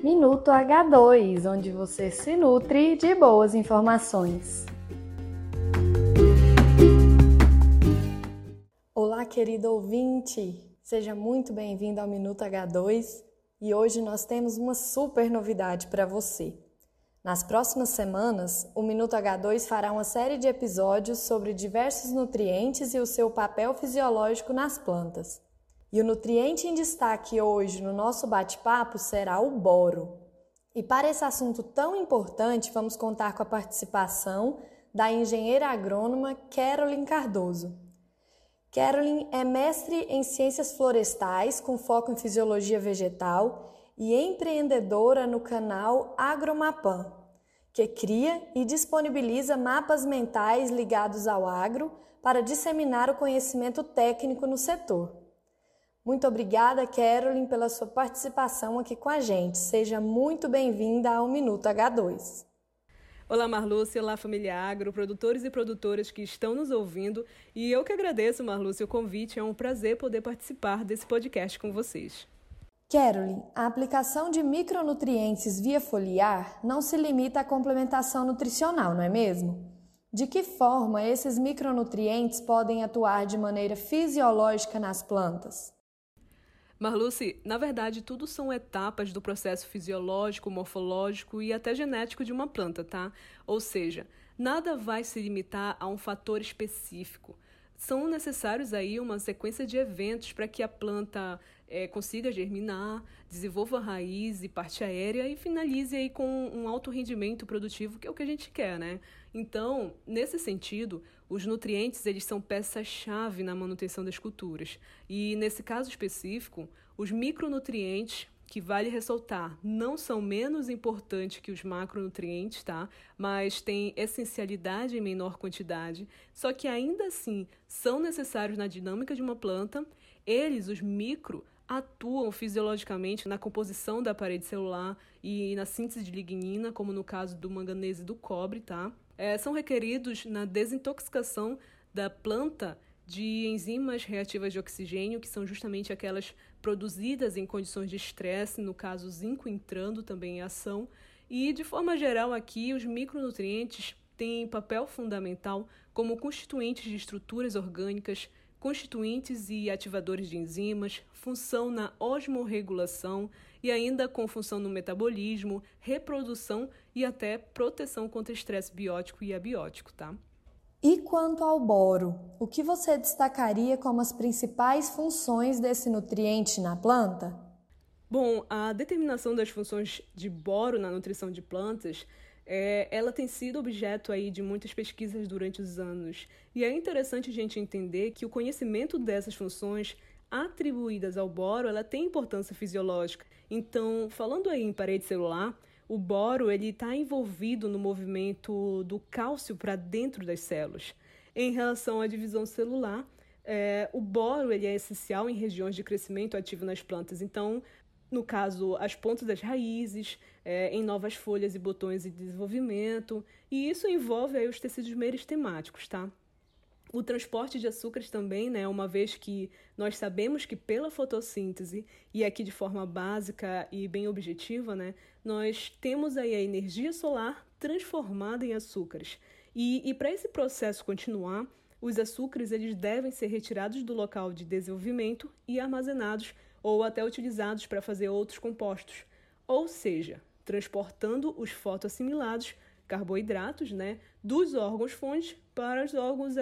Minuto H2, onde você se nutre de boas informações. Olá, querido ouvinte! Seja muito bem-vindo ao Minuto H2 e hoje nós temos uma super novidade para você. Nas próximas semanas, o Minuto H2 fará uma série de episódios sobre diversos nutrientes e o seu papel fisiológico nas plantas. E o nutriente em destaque hoje no nosso bate-papo será o boro. E para esse assunto tão importante, vamos contar com a participação da engenheira agrônoma Caroline Cardoso. Caroline é mestre em Ciências Florestais, com foco em Fisiologia Vegetal e empreendedora no canal Agromapan, que cria e disponibiliza mapas mentais ligados ao agro para disseminar o conhecimento técnico no setor. Muito obrigada, Caroline, pela sua participação aqui com a gente. Seja muito bem-vinda ao Minuto H2. Olá, Marlúcia. Olá, família Agro, produtores e produtoras que estão nos ouvindo. E eu que agradeço, Marlúcia, o convite. É um prazer poder participar desse podcast com vocês. Caroline, a aplicação de micronutrientes via foliar não se limita à complementação nutricional, não é mesmo? De que forma esses micronutrientes podem atuar de maneira fisiológica nas plantas? Marluce, na verdade, tudo são etapas do processo fisiológico, morfológico e até genético de uma planta, tá? Ou seja, nada vai se limitar a um fator específico. São necessários aí uma sequência de eventos para que a planta consiga germinar, desenvolva raiz e parte aérea e finalize aí com um alto rendimento produtivo, que é o que a gente quer, né? Então, nesse sentido, os nutrientes eles são peça-chave na manutenção das culturas. E, nesse caso específico, os micronutrientes, que vale ressaltar, não são menos importantes que os macronutrientes, tá? Mas têm essencialidade em menor quantidade, só que ainda assim são necessários na dinâmica de uma planta. Eles, os micro, atuam fisiologicamente na composição da parede celular e na síntese de lignina, como no caso do manganês e do cobre, tá? São requeridos na desintoxicação da planta de enzimas reativas de oxigênio, que são justamente aquelas produzidas em condições de estresse, no caso o zinco entrando também em ação. E, de forma geral, aqui os micronutrientes têm papel fundamental como constituintes de estruturas orgânicas, constituintes e ativadores de enzimas, função na osmorregulação e ainda com função no metabolismo, reprodução e até proteção contra estresse biótico e abiótico, tá? E quanto ao boro, o que você destacaria como as principais funções desse nutriente na planta? Bom, a determinação das funções de boro na nutrição de plantas ela tem sido objeto aí de muitas pesquisas durante os anos. E é interessante a gente entender que o conhecimento dessas funções atribuídas ao boro, ela tem importância fisiológica. Então, falando aí em parede celular, o boro está envolvido no movimento do cálcio para dentro das células. Em relação à divisão celular, o boro ele é essencial em regiões de crescimento ativo nas plantas. Então, no caso, as pontas das raízes, em novas folhas e botões de desenvolvimento, e isso envolve aí os tecidos meristemáticos, tá? O transporte de açúcares também, né, uma vez que nós sabemos que pela fotossíntese, e aqui de forma básica e bem objetiva, né, nós temos aí a energia solar transformada em açúcares. E para esse processo continuar, os açúcares eles devem ser retirados do local de desenvolvimento e armazenados ou até utilizados para fazer outros compostos, ou seja, transportando os fotoassimilados, carboidratos, né, dos órgãos-fonte para os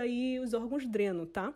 órgãos dreno, tá?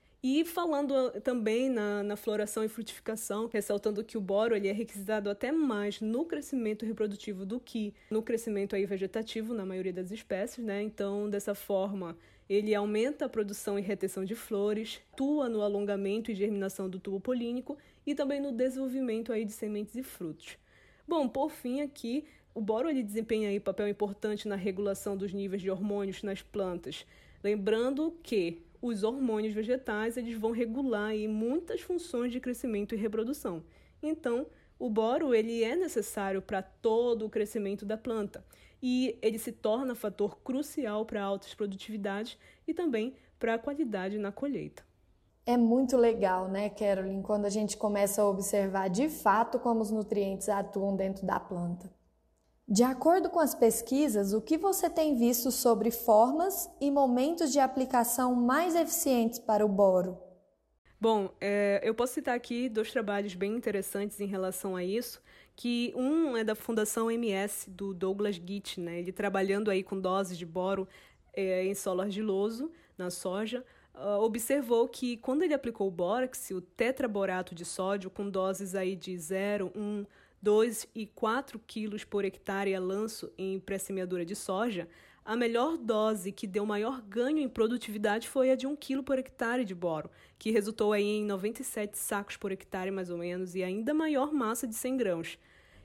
E falando também na floração e frutificação, ressaltando que o boro ele é requisitado até mais no crescimento reprodutivo do que no crescimento aí vegetativo, na maioria das espécies, né? Então, dessa forma, ele aumenta a produção e retenção de flores, atua no alongamento e germinação do tubo polínico e também no desenvolvimento aí de sementes e frutos. Bom, por fim aqui, o boro ele desempenha aí papel importante na regulação dos níveis de hormônios nas plantas. Lembrando que os hormônios vegetais eles vão regular aí muitas funções de crescimento e reprodução. Então, o boro ele é necessário para todo o crescimento da planta e ele se torna fator crucial para altas produtividades e também para a qualidade na colheita. É muito legal, né, Caroline, quando a gente começa a observar de fato como os nutrientes atuam dentro da planta. De acordo com as pesquisas, o que você tem visto sobre formas e momentos de aplicação mais eficientes para o boro? Bom, eu posso citar aqui 2 trabalhos bem interessantes em relação a isso, que um é da Fundação MS, do Douglas Gitt, né? Ele trabalhando aí com doses de boro em solo argiloso, na soja, observou que quando ele aplicou o bórax, o tetraborato de sódio, com doses aí de 0, 1, 2 e 4 quilos por hectare a lanço em pré-semeadura de soja, a melhor dose que deu maior ganho em produtividade foi a de 1 quilo por hectare de boro, que resultou aí em 97 sacos por hectare, mais ou menos, e ainda maior massa de 100 grãos.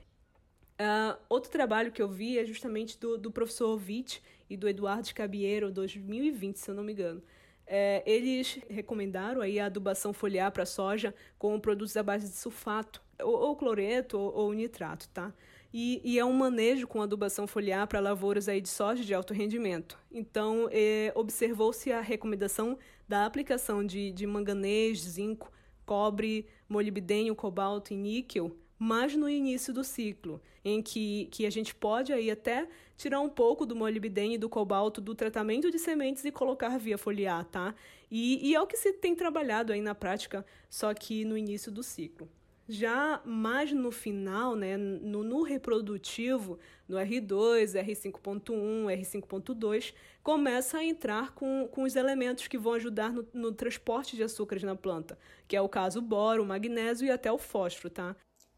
Outro trabalho que eu vi é justamente do professor Witt e do Eduardo Scabiero, 2020, se eu não me engano. Eles recomendaram aí a adubação foliar para soja com produtos à base de sulfato, ou cloreto ou nitrato, tá? E é um manejo com adubação foliar para lavouras aí de soja de alto rendimento. Então, observou-se a recomendação da aplicação de manganês, zinco, cobre, molibdênio, cobalto e níquel, mas no início do ciclo, em que a gente pode aí até tirar um pouco do molibdênio e do cobalto do tratamento de sementes e colocar via foliar, tá? E é o que se tem trabalhado aí na prática, só que no início do ciclo. Já mais no final, né, no reprodutivo, no R2, R5.1, R5.2, começa a entrar com os elementos que vão ajudar no transporte de açúcares na planta, que é o caso o boro, o magnésio e até o fósforo, tá?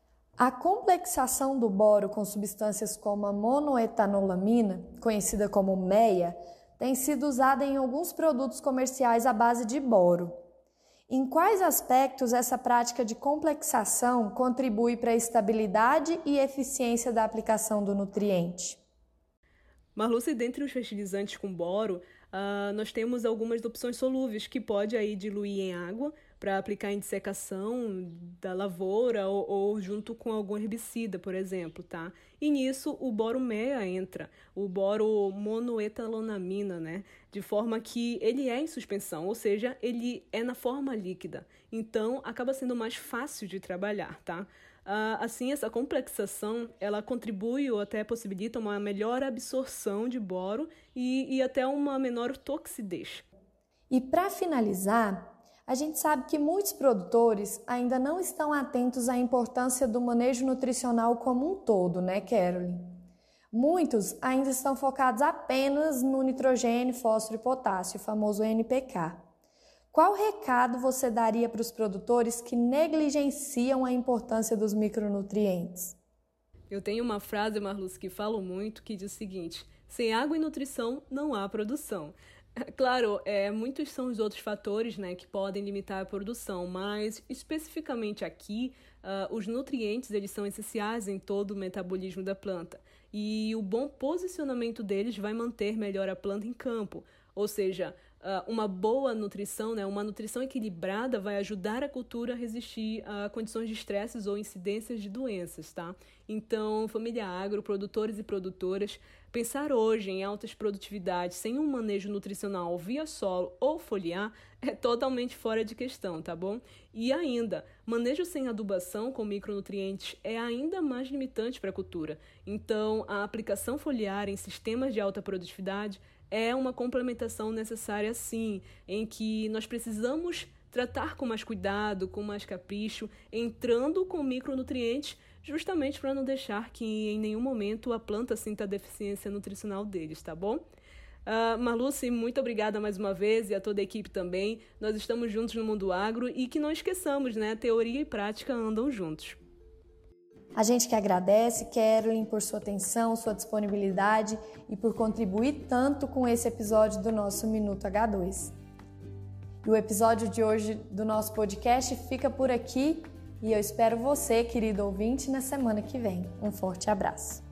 A complexação do boro com substâncias como a monoetanolamina, conhecida como MEA, tem sido usada em alguns produtos comerciais à base de boro. Em quais aspectos essa prática de complexação contribui para a estabilidade e eficiência da aplicação do nutriente? Marluce, dentre os fertilizantes com boro, nós temos algumas opções solúveis que pode aí diluir em água para aplicar em dissecação da lavoura ou junto com algum herbicida, por exemplo, tá? E nisso o boro MEA entra, o boro monoetalonamina, né? De forma que ele é em suspensão, ou seja, ele é na forma líquida. Então, acaba sendo mais fácil de trabalhar, tá? Assim, essa complexação, ela contribui ou até possibilita uma melhor absorção de boro e até uma menor toxidez. E para finalizar, a gente sabe que muitos produtores ainda não estão atentos à importância do manejo nutricional como um todo, né, Caroline? Muitos ainda estão focados apenas no nitrogênio, fósforo e potássio, o famoso NPK. Qual recado você daria para os produtores que negligenciam a importância dos micronutrientes? Eu tenho uma frase, Marluce, que falo muito, que diz o seguinte: sem água e nutrição não há produção. Claro, muitos são os outros fatores, né, que podem limitar a produção, mas especificamente aqui, os nutrientes eles são essenciais em todo o metabolismo da planta. E o bom posicionamento deles vai manter melhor a planta em campo. Ou seja, uma boa nutrição, né, uma nutrição equilibrada vai ajudar a cultura a resistir a condições de estresses ou incidências de doenças, tá? Então, família agro, produtores e produtoras, pensar hoje em altas produtividades sem um manejo nutricional via solo ou foliar é totalmente fora de questão, tá bom? E ainda, manejo sem adubação com micronutrientes é ainda mais limitante para a cultura. Então, a aplicação foliar em sistemas de alta produtividade é uma complementação necessária, sim, em que nós precisamos tratar com mais cuidado, com mais capricho, entrando com micronutrientes, justamente para não deixar que em nenhum momento a planta sinta a deficiência nutricional deles, tá bom? Marluce, muito obrigada mais uma vez e a toda a equipe também. Nós estamos juntos no Mundo Agro e que não esqueçamos, né? Teoria e prática andam juntos. A gente que agradece, Caroline, por sua atenção, sua disponibilidade e por contribuir tanto com esse episódio do nosso Minuto H2. E o episódio de hoje do nosso podcast fica por aqui e eu espero você, querido ouvinte, na semana que vem. Um forte abraço.